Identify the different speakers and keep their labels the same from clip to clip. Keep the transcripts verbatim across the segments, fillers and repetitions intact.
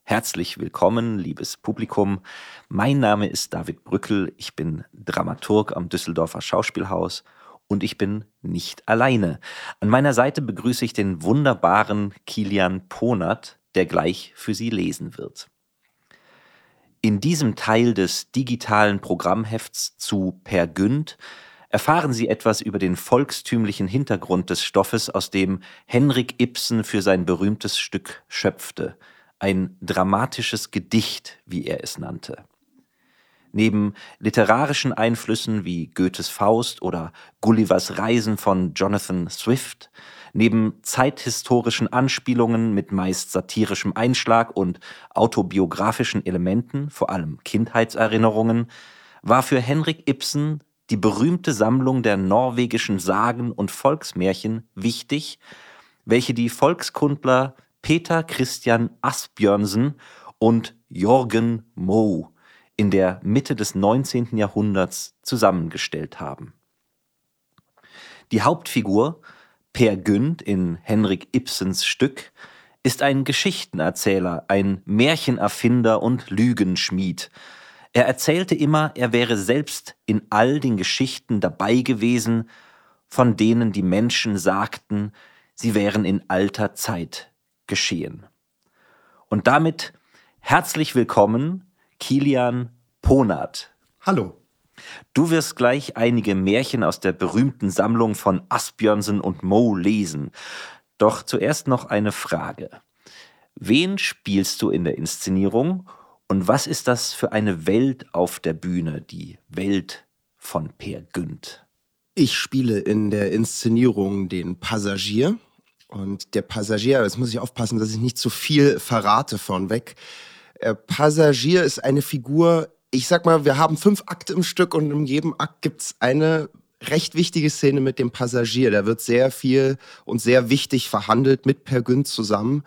Speaker 1: Herzlich willkommen, liebes Publikum. Mein Name ist David Brückel, ich bin Dramaturg am Düsseldorfer Schauspielhaus und ich bin nicht alleine. An meiner Seite begrüße ich den wunderbaren Kilian Ponert, der gleich für Sie lesen wird. In diesem Teil des digitalen Programmhefts zu Peer Gynt erfahren Sie etwas über den volkstümlichen Hintergrund des Stoffes, aus dem Henrik Ibsen für sein berühmtes Stück schöpfte. Ein dramatisches Gedicht, wie er es nannte. Neben literarischen Einflüssen wie Goethes Faust oder Gullivers Reisen von Jonathan Swift, neben zeithistorischen Anspielungen mit meist satirischem Einschlag und autobiografischen Elementen, vor allem Kindheitserinnerungen, war für Henrik Ibsen die berühmte Sammlung der norwegischen Sagen und Volksmärchen wichtig, welche die Volkskundler Peter Christian Asbjørnsen und Jørgen Moe in der Mitte des neunzehnten Jahrhunderts zusammengestellt haben. Die Hauptfigur, Peer Gynt in Henrik Ibsens Stück, ist ein Geschichtenerzähler, ein Märchenerfinder und Lügenschmied. Er erzählte immer, er wäre selbst in all den Geschichten dabei gewesen, von denen die Menschen sagten, sie wären in alter Zeit geschehen. Und damit herzlich willkommen, Kilian Ponert.
Speaker 2: Hallo.
Speaker 1: Du wirst gleich einige Märchen aus der berühmten Sammlung von Asbjørnsen und Moe lesen. Doch zuerst noch eine Frage. Wen spielst du in der Inszenierung und was ist das für eine Welt auf der Bühne, die Welt von Peer Gynt?
Speaker 2: Ich spiele in der Inszenierung den Passagier. Und der Passagier, jetzt muss ich aufpassen, dass ich nicht zu viel verrate vornweg. Der Passagier ist eine Figur, ich sag mal, wir haben fünf Akte im Stück und in jedem Akt gibt's eine recht wichtige Szene mit dem Passagier. Da wird sehr viel und sehr wichtig verhandelt mit Peer Gynt zusammen.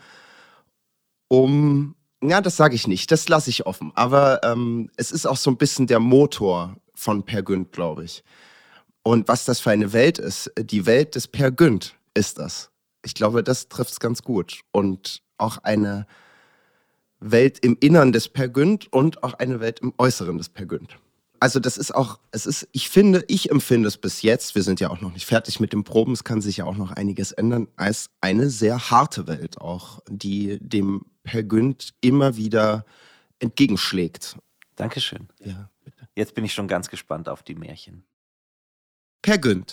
Speaker 2: Um, ja, das sage ich nicht, das lasse ich offen. Aber ähm, es ist auch so ein bisschen der Motor von Peer Gynt, glaube ich. Und was das für eine Welt ist, die Welt des Peer Gynt ist das. Ich glaube, das trifft es ganz gut. Und auch eine Welt im Innern des Peer Gynt und auch eine Welt im Äußeren des Peer Gynt. Also das ist auch, es ist, ich finde, ich empfinde es bis jetzt, wir sind ja auch noch nicht fertig mit den Proben, es kann sich ja auch noch einiges ändern, als eine sehr harte Welt auch, die dem Peer Gynt immer wieder entgegenschlägt.
Speaker 1: Dankeschön.
Speaker 2: Ja, bitte.
Speaker 1: Jetzt bin ich schon ganz gespannt auf die Märchen.
Speaker 2: Peer Gynt.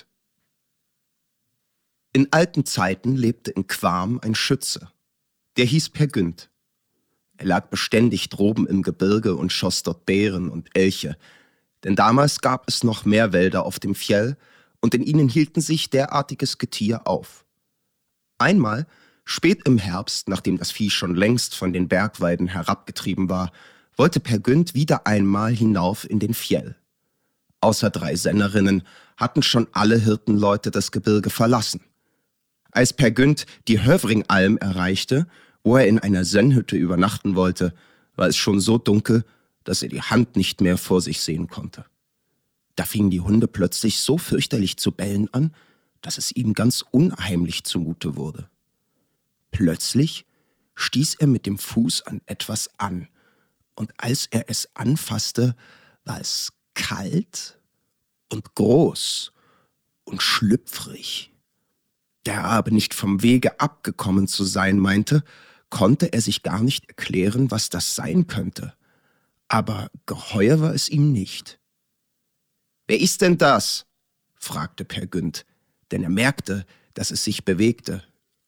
Speaker 2: In alten Zeiten lebte in Quam ein Schütze. Der hieß Peer Gynt. Er lag beständig droben im Gebirge und schoss dort Bären und Elche. Denn damals gab es noch mehr Wälder auf dem Fjell und in ihnen hielten sich derartiges Getier auf. Einmal, spät im Herbst, nachdem das Vieh schon längst von den Bergweiden herabgetrieben war, wollte Peer Gynt wieder einmal hinauf in den Fjell. Außer drei Sennerinnen hatten schon alle Hirtenleute das Gebirge verlassen. Als Peer Gynt die Hövringalm erreichte, wo er in einer Sennhütte übernachten wollte, war es schon so dunkel, dass er die Hand nicht mehr vor sich sehen konnte. Da fingen die Hunde plötzlich so fürchterlich zu bellen an, dass es ihm ganz unheimlich zumute wurde. Plötzlich stieß er mit dem Fuß an etwas an, und als er es anfasste, war es kalt und groß und schlüpfrig. Da er aber nicht vom Wege abgekommen zu sein meinte, konnte er sich gar nicht erklären, was das sein könnte. Aber geheuer war es ihm nicht. »Wer ist denn das?« fragte Peer Gynt, denn er merkte, dass es sich bewegte.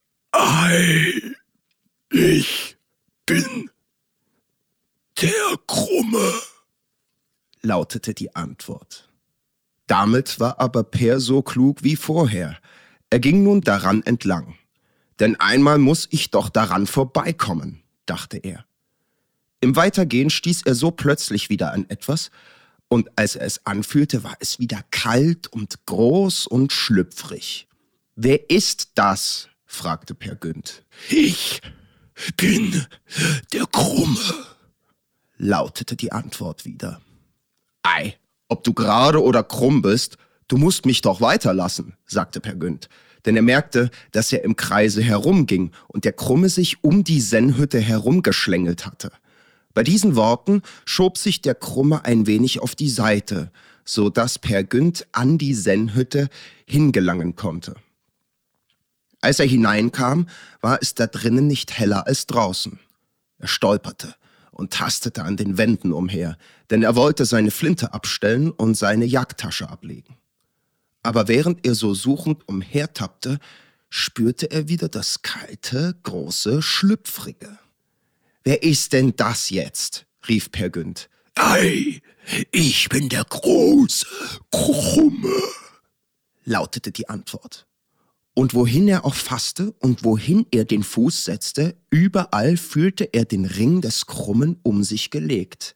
Speaker 2: »Ei, ich bin der Krumme«, lautete die Antwort. Damit war aber Peer so klug wie vorher. Er ging nun daran entlang. Denn einmal muss ich doch daran vorbeikommen, dachte er. Im Weitergehen stieß er so plötzlich wieder an etwas, und als er es anfühlte, war es wieder kalt und groß und schlüpfrig. »Wer ist das?« fragte Peer Gynt. »Ich bin der Krumme«, lautete die Antwort wieder. »Ei, ob du gerade oder krumm bist, du musst mich doch weiterlassen«, sagte Peer Gynt. denn er merkte, dass er im Kreise herumging und der Krumme sich um die Sennhütte herumgeschlängelt hatte. Bei diesen Worten schob sich der Krumme ein wenig auf die Seite, so dass Peer Gynt an die Sennhütte hingelangen konnte. Als er hineinkam, war es da drinnen nicht heller als draußen. Er stolperte und tastete an den Wänden umher, denn er wollte seine Flinte abstellen und seine Jagdtasche ablegen. Aber während er so suchend umhertappte, spürte er wieder das kalte, große, schlüpfrige. »Wer ist denn das jetzt?« rief Peer Gynt.
Speaker 3: »Ei, ich bin der große Krumme«,
Speaker 2: lautete die Antwort. Und wohin er auch fasste und wohin er den Fuß setzte, überall fühlte er den Ring des Krummen um sich gelegt.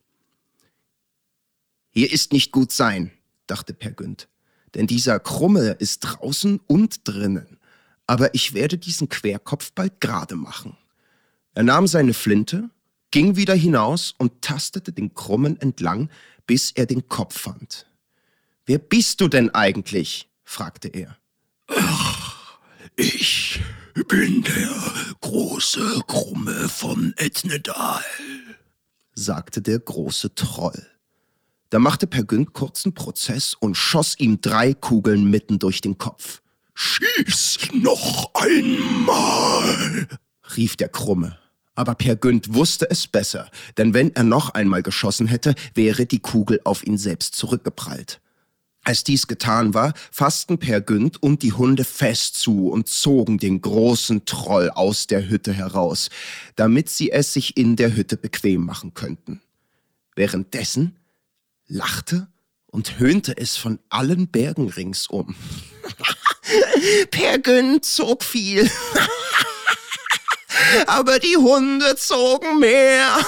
Speaker 2: »Hier ist nicht gut sein«, dachte Peer Gynt, »denn dieser Krumme ist draußen und drinnen, aber ich werde diesen Querkopf bald gerade machen.« Er nahm seine Flinte, ging wieder hinaus und tastete den Krummen entlang, bis er den Kopf fand. »Wer bist du denn eigentlich?« fragte er.
Speaker 3: »Ach, ich bin der große Krumme von Etnedal«,
Speaker 2: sagte der große Troll. Da machte Peer Gynt kurzen Prozess und schoss ihm drei Kugeln mitten durch den Kopf.
Speaker 3: »Schieß noch einmal«,
Speaker 2: rief der Krumme. Aber Peer Gynt wusste es besser, denn wenn er noch einmal geschossen hätte, wäre die Kugel auf ihn selbst zurückgeprallt. Als dies getan war, fassten Peer Gynt und die Hunde fest zu und zogen den großen Troll aus der Hütte heraus, damit sie es sich in der Hütte bequem machen könnten. Währenddessen lachte und höhnte es von allen Bergen ringsum. Peer Gynt zog viel, aber die Hunde zogen mehr,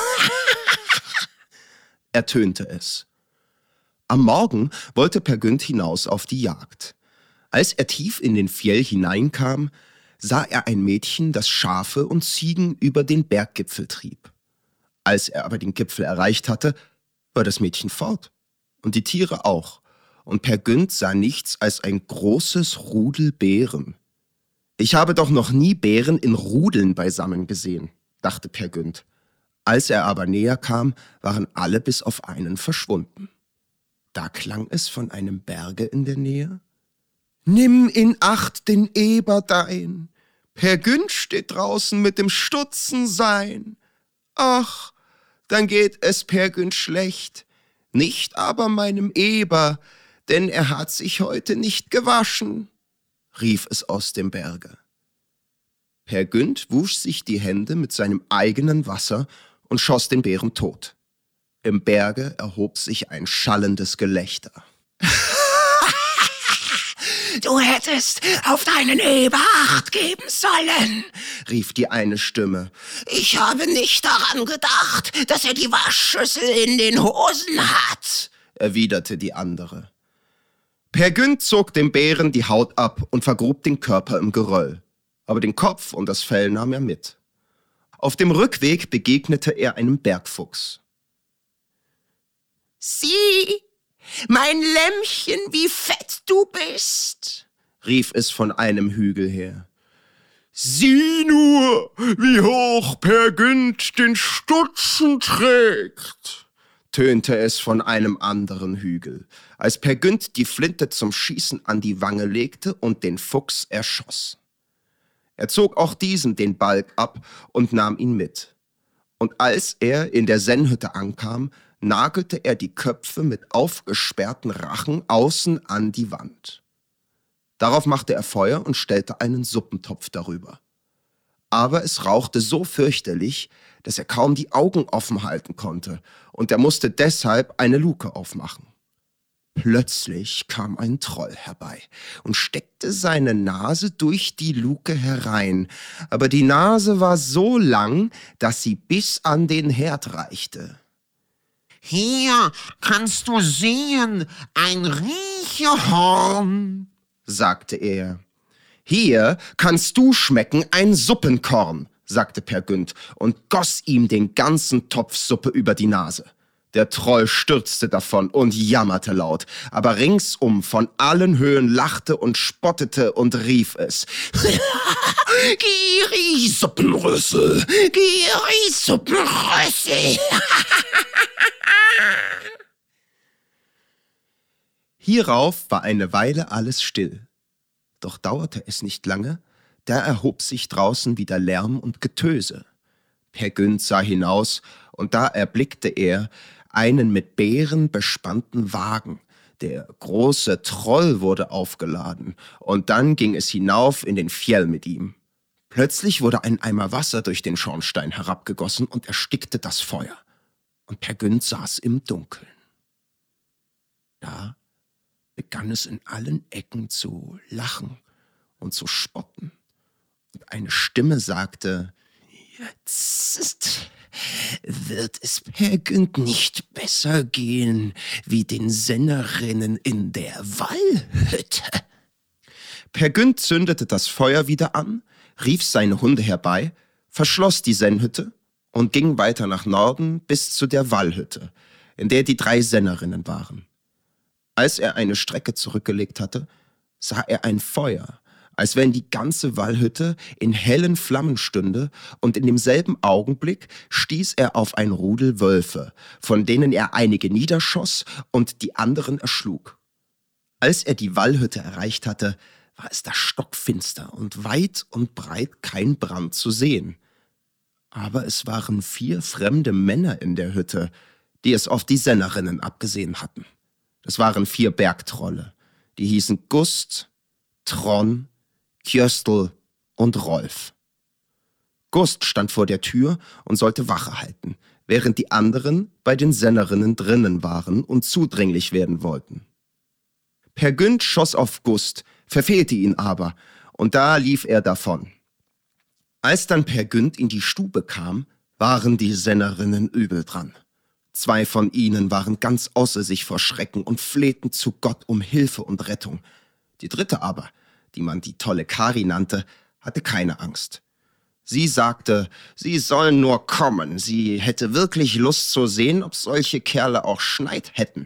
Speaker 2: ertönte es. Am Morgen wollte Peer Gynt hinaus auf die Jagd. Als er tief in den Fjell hineinkam, sah er ein Mädchen, das Schafe und Ziegen über den Berggipfel trieb. Als er aber den Gipfel erreicht hatte, war das Mädchen fort und die Tiere auch, und Peer Gynt sah nichts als ein großes Rudel Bären. »Ich habe doch noch nie Bären in Rudeln beisammen gesehen«, dachte Peer Gynt. Als er aber näher kam, waren alle bis auf einen verschwunden. Da klang es von einem Berge in der Nähe. »Nimm in Acht den Eber dein, Peer Gynt steht draußen mit dem Stutzen sein. Ach, dann geht es Peer Gynt schlecht, nicht aber meinem Eber, denn er hat sich heute nicht gewaschen«, rief es aus dem Berge. Peer Gynt wusch sich die Hände mit seinem eigenen Wasser und schoss den Bären tot. Im Berge erhob sich ein schallendes Gelächter.
Speaker 3: »Du hättest auf deinen Eber Acht geben sollen«,
Speaker 2: rief die eine Stimme.
Speaker 3: »Ich habe nicht daran gedacht, dass er die Waschschüssel in den Hosen hat«,
Speaker 2: erwiderte die andere. Peer Gynt zog dem Bären die Haut ab und vergrub den Körper im Geröll. Aber den Kopf und das Fell nahm er mit. Auf dem Rückweg begegnete er einem Bergfuchs.
Speaker 3: »Sieh, mein Lämmchen, wie fett du bist«,
Speaker 2: rief es von einem Hügel her.
Speaker 3: »Sieh nur, wie hoch Peer Gynt den Stutzen trägt«,
Speaker 2: tönte es von einem anderen Hügel, als Peer Gynt die Flinte zum Schießen an die Wange legte und den Fuchs erschoss. Er zog auch diesem den Balg ab und nahm ihn mit. Und als er in der Sennhütte ankam, nagelte er die Köpfe mit aufgesperrten Rachen außen an die Wand. Darauf machte er Feuer und stellte einen Suppentopf darüber. Aber es rauchte so fürchterlich, dass er kaum die Augen offen halten konnte, und er musste deshalb eine Luke aufmachen. Plötzlich kam ein Troll herbei und steckte seine Nase durch die Luke herein, aber die Nase war so lang, dass sie bis an den Herd reichte.
Speaker 4: »Hier kannst du sehen, ein Riechehorn«,
Speaker 2: sagte er. »Hier kannst du schmecken, ein Suppenkorn«, sagte Peer Gynt und goss ihm den ganzen Topf Suppe über die Nase. Der Troll stürzte davon und jammerte laut, aber ringsum von allen Höhen lachte und spottete und rief es:
Speaker 3: Giri Suppenrüssel, Giri Suppenrüssel.
Speaker 2: Hierauf war eine Weile alles still. Doch dauerte es nicht lange, da erhob sich draußen wieder Lärm und Getöse. Peer Gynt sah hinaus, und da erblickte er einen mit Beeren bespannten Wagen. Der große Troll wurde aufgeladen, und dann ging es hinauf in den Fjell mit ihm. Plötzlich wurde ein Eimer Wasser durch den Schornstein herabgegossen und erstickte das Feuer. Und Peer Gynt saß im Dunkeln. Da begann es in allen Ecken zu lachen und zu spotten. Und eine Stimme sagte:
Speaker 3: Jetzt wird es Peer Gynt nicht besser gehen wie den Sennerinnen in der Wallhütte.
Speaker 2: Peer Gynt zündete das Feuer wieder an, rief seine Hunde herbei, verschloss die Sennhütte und ging weiter nach Norden bis zu der Wallhütte, in der die drei Sennerinnen waren. Als er eine Strecke zurückgelegt hatte, sah er ein Feuer, als wenn die ganze Wallhütte in hellen Flammen stünde, und in demselben Augenblick stieß er auf ein Rudel Wölfe, von denen er einige niederschoss und die anderen erschlug. Als er die Wallhütte erreicht hatte, war es da stockfinster und weit und breit kein Brand zu sehen. Aber es waren vier fremde Männer in der Hütte, die es auf die Sennerinnen abgesehen hatten. Das waren vier Bergtrolle, die hießen Gust, Tron, Kjöstl und Rolf. Gust stand vor der Tür und sollte Wache halten, während die anderen bei den Sennerinnen drinnen waren und zudringlich werden wollten. Peer Gynt schoss auf Gust, verfehlte ihn aber, und da lief er davon. Als dann Peer Gynt in die Stube kam, waren die Sennerinnen übel dran. Zwei von ihnen waren ganz außer sich vor Schrecken und flehten zu Gott um Hilfe und Rettung. Die dritte aber, die man die tolle Kari nannte, hatte keine Angst. Sie sagte, sie sollen nur kommen, sie hätte wirklich Lust zu sehen, ob solche Kerle auch Schneid hätten.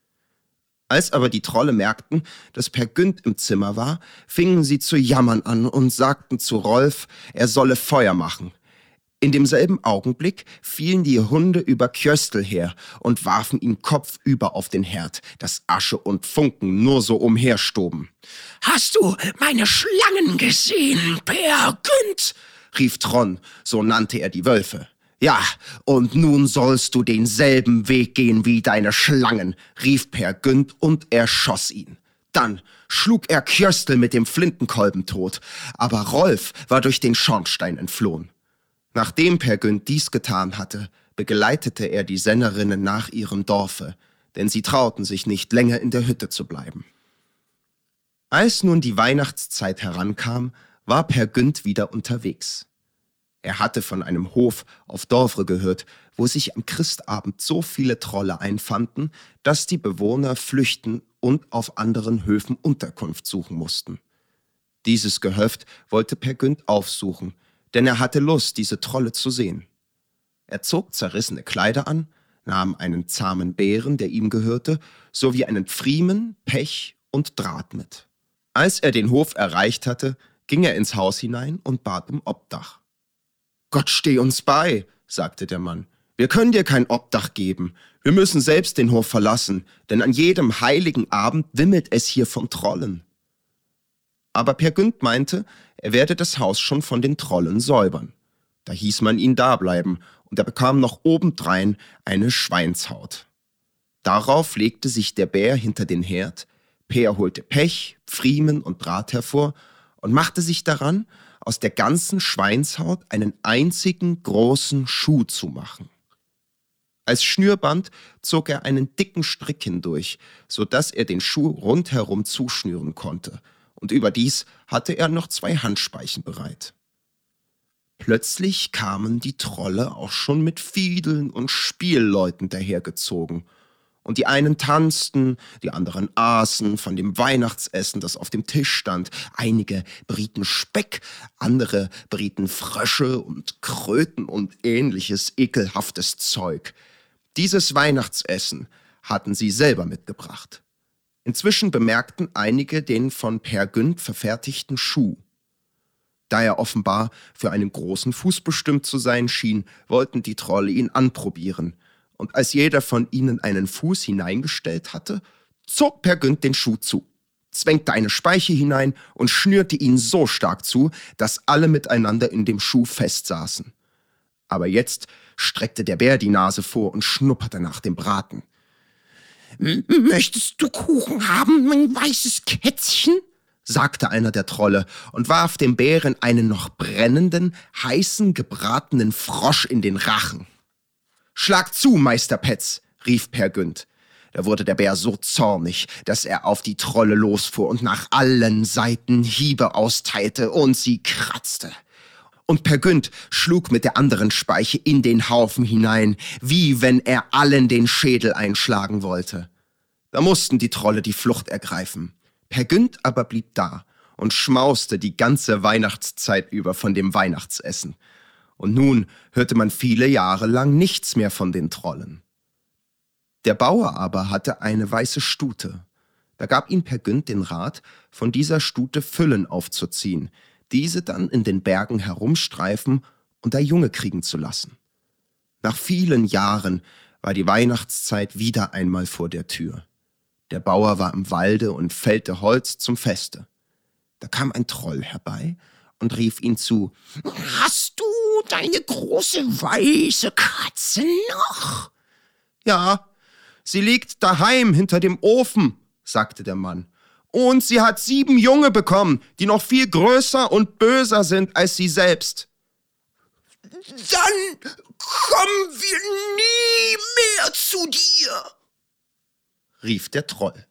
Speaker 2: Als aber die Trolle merkten, dass Peer Gynt im Zimmer war, fingen sie zu jammern an und sagten zu Rolf, er solle Feuer machen. In demselben Augenblick fielen die Hunde über Kjöstl her und warfen ihn kopfüber auf den Herd, dass Asche und Funken nur so umherstoben.
Speaker 3: Hast du meine Schlangen gesehen, Peer Gynt?
Speaker 2: Rief Tron, so nannte er die Wölfe. Ja, und nun sollst du denselben Weg gehen wie deine Schlangen, rief Peer Gynt und erschoss ihn. Dann schlug er Kjöstl mit dem Flintenkolben tot, aber Rolf war durch den Schornstein entflohen. Nachdem Peer Gynt dies getan hatte, begleitete er die Sennerinnen nach ihrem Dorfe, denn sie trauten sich nicht länger in der Hütte zu bleiben. Als nun die Weihnachtszeit herankam, war Peer Gynt wieder unterwegs. Er hatte von einem Hof auf Dovre gehört, wo sich am Christabend so viele Trolle einfanden, dass die Bewohner flüchten und auf anderen Höfen Unterkunft suchen mussten. Dieses Gehöft wollte Peer Gynt aufsuchen, denn er hatte Lust, diese Trolle zu sehen. Er zog zerrissene Kleider an, nahm einen zahmen Bären, der ihm gehörte, sowie einen Pfriemen, Pech und Draht mit. Als er den Hof erreicht hatte, ging er ins Haus hinein und bat um Obdach. »Gott steh uns bei«, sagte der Mann. »Wir können dir kein Obdach geben. Wir müssen selbst den Hof verlassen, denn an jedem heiligen Abend wimmelt es hier von Trollen.« Aber Peer Gynt meinte, er werde das Haus schon von den Trollen säubern. Da hieß man ihn dableiben, und er bekam noch obendrein eine Schweinshaut. Darauf legte sich der Bär hinter den Herd, Peer holte Pech, Pfriemen und Draht hervor und machte sich daran, aus der ganzen Schweinshaut einen einzigen großen Schuh zu machen. Als Schnürband zog er einen dicken Strick hindurch, so dass er den Schuh rundherum zuschnüren konnte, und überdies hatte er noch zwei Handspeichen bereit. Plötzlich kamen die Trolle auch schon mit Fiedeln und Spielleuten dahergezogen, und die einen tanzten, die anderen aßen von dem Weihnachtsessen, das auf dem Tisch stand. Einige brieten Speck, andere brieten Frösche und Kröten und ähnliches ekelhaftes Zeug. Dieses Weihnachtsessen hatten sie selber mitgebracht. Inzwischen bemerkten einige den von Per Günd verfertigten Schuh. Da er offenbar für einen großen Fuß bestimmt zu sein schien, wollten die Trolle ihn anprobieren. Und als jeder von ihnen einen Fuß hineingestellt hatte, zog Per Günd den Schuh zu, zwängte eine Speiche hinein und schnürte ihn so stark zu, dass alle miteinander in dem Schuh festsaßen. Aber jetzt streckte der Bär die Nase vor und schnupperte nach dem Braten.
Speaker 3: »Möchtest du Kuchen haben, mein weißes Kätzchen?«
Speaker 2: sagte einer der Trolle und warf dem Bären einen noch brennenden, heißen, gebratenen Frosch in den Rachen. »Schlag zu, Meister Petz«, rief Per Günd. Da wurde der Bär so zornig, dass er auf die Trolle losfuhr und nach allen Seiten Hiebe austeilte und sie kratzte. Und Per Günd schlug mit der anderen Speiche in den Haufen hinein, wie wenn er allen den Schädel einschlagen wollte. Da mussten die Trolle die Flucht ergreifen. Per Günd aber blieb da und schmauste die ganze Weihnachtszeit über von dem Weihnachtsessen. Und nun hörte man viele Jahre lang nichts mehr von den Trollen. Der Bauer aber hatte eine weiße Stute. Da gab ihm Per Günd den Rat, von dieser Stute Füllen aufzuziehen, diese dann in den Bergen herumstreifen und da Junge kriegen zu lassen. Nach vielen Jahren war die Weihnachtszeit wieder einmal vor der Tür. Der Bauer war im Walde und fällte Holz zum Feste. Da kam ein Troll herbei und rief ihn zu:
Speaker 3: »Hast du deine große weiße Katze noch?«
Speaker 2: »Ja, sie liegt daheim hinter dem Ofen«, sagte der Mann. »Und sie hat sieben Junge bekommen, die noch viel größer und böser sind als sie selbst.«
Speaker 3: »Dann kommen wir nie mehr zu dir«,
Speaker 2: rief der Troll.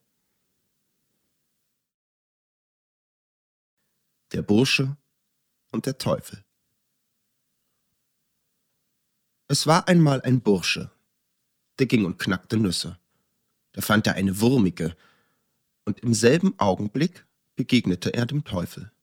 Speaker 2: Der Bursche und der Teufel. Es war einmal ein Bursche, der ging und knackte Nüsse. Da fand er eine wurmige, und im selben Augenblick begegnete er dem Teufel.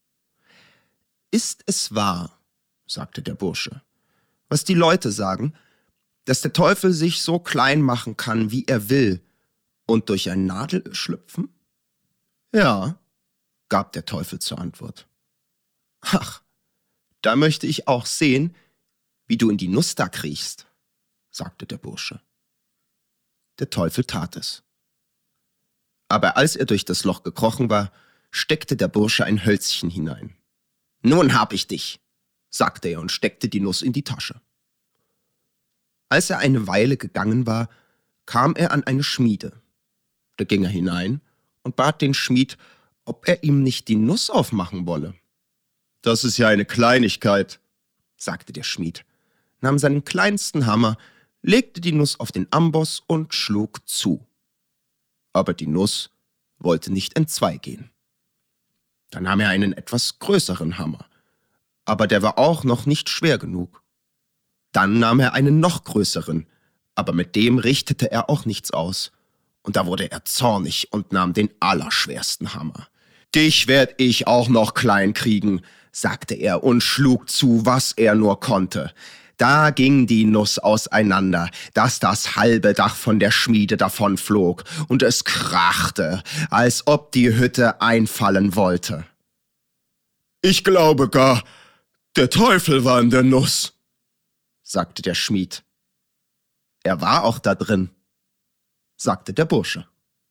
Speaker 2: »Ist es wahr«, sagte der Bursche, »was die Leute sagen, dass der Teufel sich so klein machen kann, wie er will, und durch ein Nadelöhr schlüpfen?« »Ja«, gab der Teufel zur Antwort. »Ach, da möchte ich auch sehen, wie du in die Nuss da kriechst«, sagte der Bursche. Der Teufel tat es. Aber als er durch das Loch gekrochen war, steckte der Bursche ein Hölzchen hinein. »Nun hab ich dich«, sagte er und steckte die Nuss in die Tasche. Als er eine Weile gegangen war, kam er an eine Schmiede. Da ging er hinein und bat den Schmied, ob er ihm nicht die Nuss aufmachen wolle. »Das ist ja eine Kleinigkeit«, sagte der Schmied, nahm seinen kleinsten Hammer, legte die Nuss auf den Amboss und schlug zu. Aber die Nuss wollte nicht entzweigehen. Da nahm er einen etwas größeren Hammer, aber der war auch noch nicht schwer genug. Dann nahm er einen noch größeren, aber mit dem richtete er auch nichts aus. Und da wurde er zornig und nahm den allerschwersten Hammer. »Dich werd ich auch noch klein kriegen«, sagte er und schlug zu, was er nur konnte. Da ging die Nuss auseinander, dass das halbe Dach von der Schmiede davonflog, und es krachte, als ob die Hütte einfallen wollte. »Ich glaube gar, der Teufel war in der Nuss«, sagte der Schmied. »Er war auch da drin«, sagte der Bursche.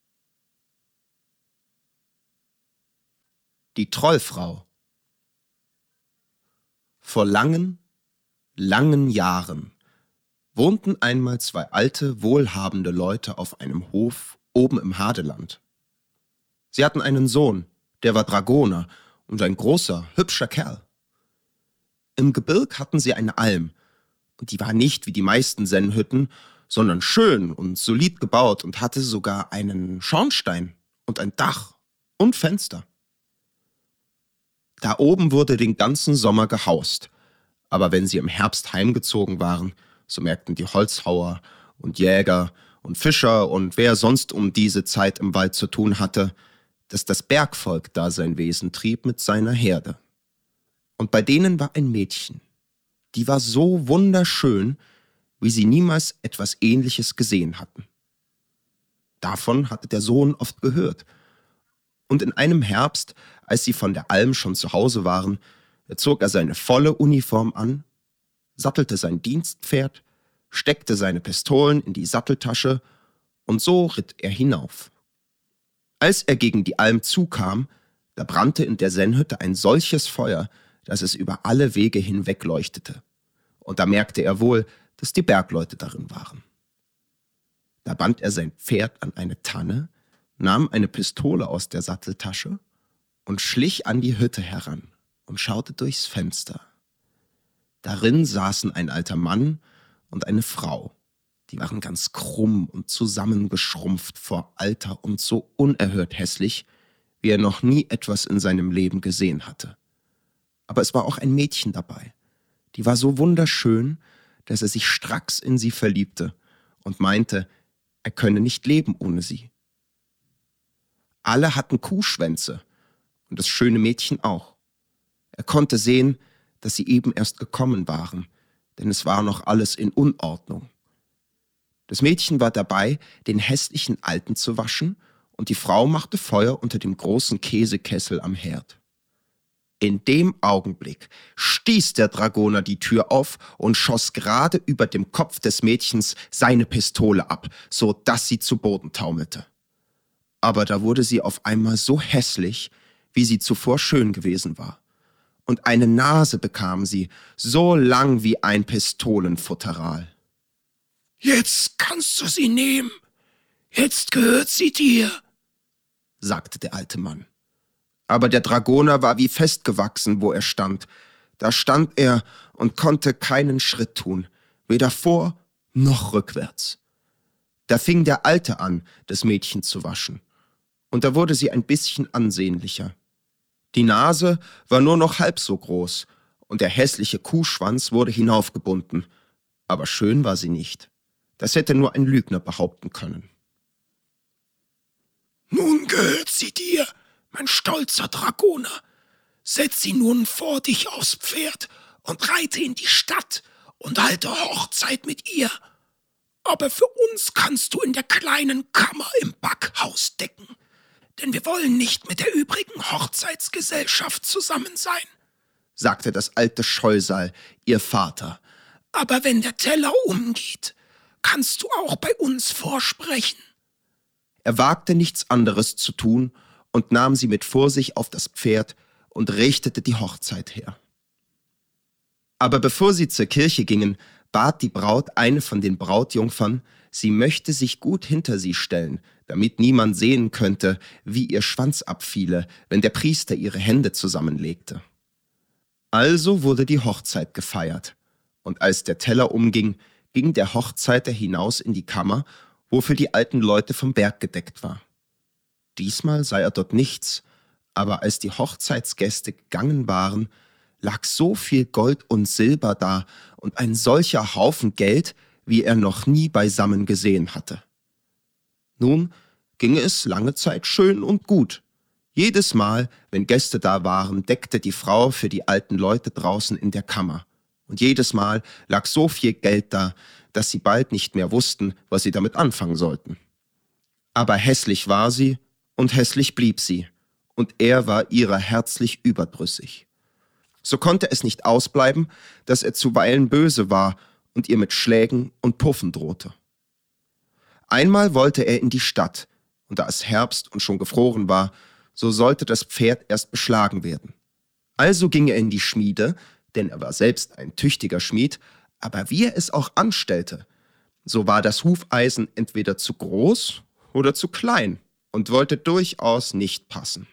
Speaker 2: Die Trollfrau. Vor langen, langen Jahren wohnten einmal zwei alte, wohlhabende Leute auf einem Hof oben im Hadeland. Sie hatten einen Sohn, der war Dragoner und ein großer, hübscher Kerl. Im Gebirg hatten sie eine Alm, und die war nicht wie die meisten Sennhütten, sondern schön und solid gebaut und hatte sogar einen Schornstein und ein Dach und Fenster. Da oben wurde den ganzen Sommer gehaust, aber wenn sie im Herbst heimgezogen waren, so merkten die Holzhauer und Jäger und Fischer und wer sonst um diese Zeit im Wald zu tun hatte, dass das Bergvolk da sein Wesen trieb mit seiner Herde. Und bei denen war ein Mädchen, die war so wunderschön, wie sie niemals etwas Ähnliches gesehen hatten. Davon hatte der Sohn oft gehört. Und in einem Herbst, als sie von der Alm schon zu Hause waren, zog er seine volle Uniform an, sattelte sein Dienstpferd, steckte seine Pistolen in die Satteltasche und so ritt er hinauf. Als er gegen die Alm zukam, da brannte in der Sennhütte ein solches Feuer, dass es über alle Wege hinweg leuchtete. Und da merkte er wohl, dass die Bergleute darin waren. Da band er sein Pferd an eine Tanne, nahm eine Pistole aus der Satteltasche und schlich an die Hütte heran und schaute durchs Fenster. Darin saßen ein alter Mann und eine Frau. Die waren ganz krumm und zusammengeschrumpft vor Alter und so unerhört hässlich, wie er noch nie etwas in seinem Leben gesehen hatte. Aber es war auch ein Mädchen dabei. Die war so wunderschön, dass er sich stracks in sie verliebte und meinte, er könne nicht leben ohne sie. Alle hatten Kuhschwänze und das schöne Mädchen auch. Er konnte sehen, dass sie eben erst gekommen waren, denn es war noch alles in Unordnung. Das Mädchen war dabei, den hässlichen Alten zu waschen, und die Frau machte Feuer unter dem großen Käsekessel am Herd. In dem Augenblick stieß der Dragoner die Tür auf und schoss gerade über dem Kopf des Mädchens seine Pistole ab, so dass sie zu Boden taumelte. Aber da wurde sie auf einmal so hässlich, wie sie zuvor schön gewesen war. Und eine Nase bekam sie, so lang wie ein Pistolenfutteral.
Speaker 3: »Jetzt kannst du sie nehmen. Jetzt gehört sie dir«,
Speaker 2: sagte der alte Mann. Aber der Dragoner war wie festgewachsen, wo er stand. Da stand er und konnte keinen Schritt tun, weder vor noch rückwärts. Da fing der Alte an, das Mädchen zu waschen. Und da wurde sie ein bisschen ansehnlicher. Die Nase war nur noch halb so groß und der hässliche Kuhschwanz wurde hinaufgebunden. Aber schön war sie nicht. Das hätte nur ein Lügner behaupten können.
Speaker 3: »Nun gehört sie dir, mein stolzer Dragoner. Setz sie nun vor dich aufs Pferd und reite in die Stadt und halte Hochzeit mit ihr. Aber für uns kannst du in der kleinen Kammer im Backhaus decken, denn wir wollen nicht mit der übrigen Hochzeitsgesellschaft zusammen sein«,
Speaker 2: sagte das alte Scheusal, ihr Vater.
Speaker 3: »Aber wenn der Teller umgeht, kannst du auch bei uns vorsprechen.«
Speaker 2: Er wagte nichts anderes zu tun und nahm sie mit Vorsicht auf das Pferd und richtete die Hochzeit her. Aber bevor sie zur Kirche gingen, bat die Braut eine von den Brautjungfern, sie möchte sich gut hinter sie stellen, damit niemand sehen könnte, wie ihr Schwanz abfiele, wenn der Priester ihre Hände zusammenlegte. Also wurde die Hochzeit gefeiert, und als der Teller umging, ging der Hochzeiter hinaus in die Kammer, wo für die alten Leute vom Berg gedeckt war. Diesmal sah er dort nichts, aber als die Hochzeitsgäste gegangen waren, lag so viel Gold und Silber da und ein solcher Haufen Geld, wie er noch nie beisammen gesehen hatte. Nun ging es lange Zeit schön und gut. Jedes Mal, wenn Gäste da waren, deckte die Frau für die alten Leute draußen in der Kammer. Und jedes Mal lag so viel Geld da, dass sie bald nicht mehr wussten, was sie damit anfangen sollten. Aber hässlich war sie und hässlich blieb sie, und er war ihrer herzlich überdrüssig. So konnte es nicht ausbleiben, dass er zuweilen böse war und ihr mit Schlägen und Puffen drohte. Einmal wollte er in die Stadt, und da es Herbst und schon gefroren war, so sollte das Pferd erst beschlagen werden. Also ging er in die Schmiede, denn er war selbst ein tüchtiger Schmied, aber wie er es auch anstellte, so war das Hufeisen entweder zu groß oder zu klein und wollte durchaus nicht passen.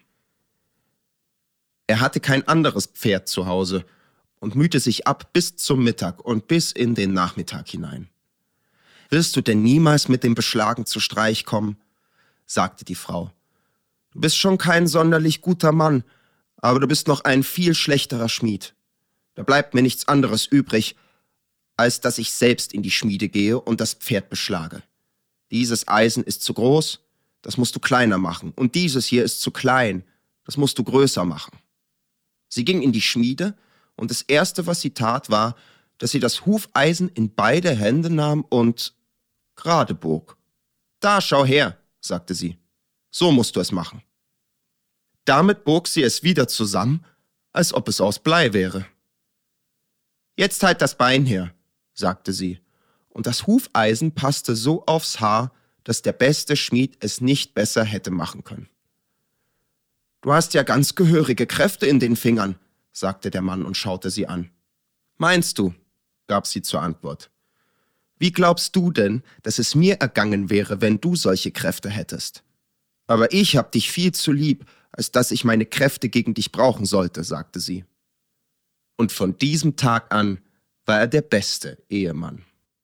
Speaker 2: Er hatte kein anderes Pferd zu Hause und mühte sich ab bis zum Mittag und bis in den Nachmittag hinein. »Wirst du denn niemals mit dem Beschlagen zu Streich kommen?« sagte die Frau. »Du bist schon kein sonderlich guter Mann, aber du bist noch ein viel schlechterer Schmied. Da bleibt mir nichts anderes übrig, als dass ich selbst in die Schmiede gehe und das Pferd beschlage. Dieses Eisen ist zu groß, das musst du kleiner machen, und dieses hier ist zu klein, das musst du größer machen.« Sie ging in die Schmiede, und das Erste, was sie tat, war, dass sie das Hufeisen in beide Hände nahm und gerade bog. »Da, schau her«, sagte sie. »So musst du es machen.« Damit bog sie es wieder zusammen, als ob es aus Blei wäre. »Jetzt halt das Bein her«, sagte sie, und das Hufeisen passte so aufs Haar, dass der beste Schmied es nicht besser hätte machen können. »Du hast ja ganz gehörige Kräfte in den Fingern«, sagte der Mann und schaute sie an. »Meinst du?«, gab sie zur Antwort. »Wie glaubst du denn, dass es mir ergangen wäre, wenn du solche Kräfte hättest? Aber ich hab dich viel zu lieb, als dass ich meine Kräfte gegen dich brauchen sollte«, sagte sie. Und von diesem Tag an war er der beste Ehemann.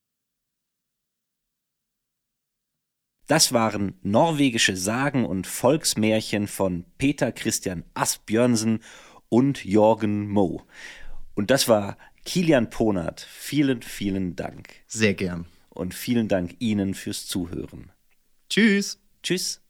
Speaker 1: Das waren norwegische Sagen und Volksmärchen von Peter Christian Asbjørnsen und Jorgen Moe. Und das war Kilian Ponert. Vielen, vielen Dank.
Speaker 2: Sehr gern.
Speaker 1: Und vielen Dank Ihnen fürs Zuhören.
Speaker 2: Tschüss.
Speaker 1: Tschüss.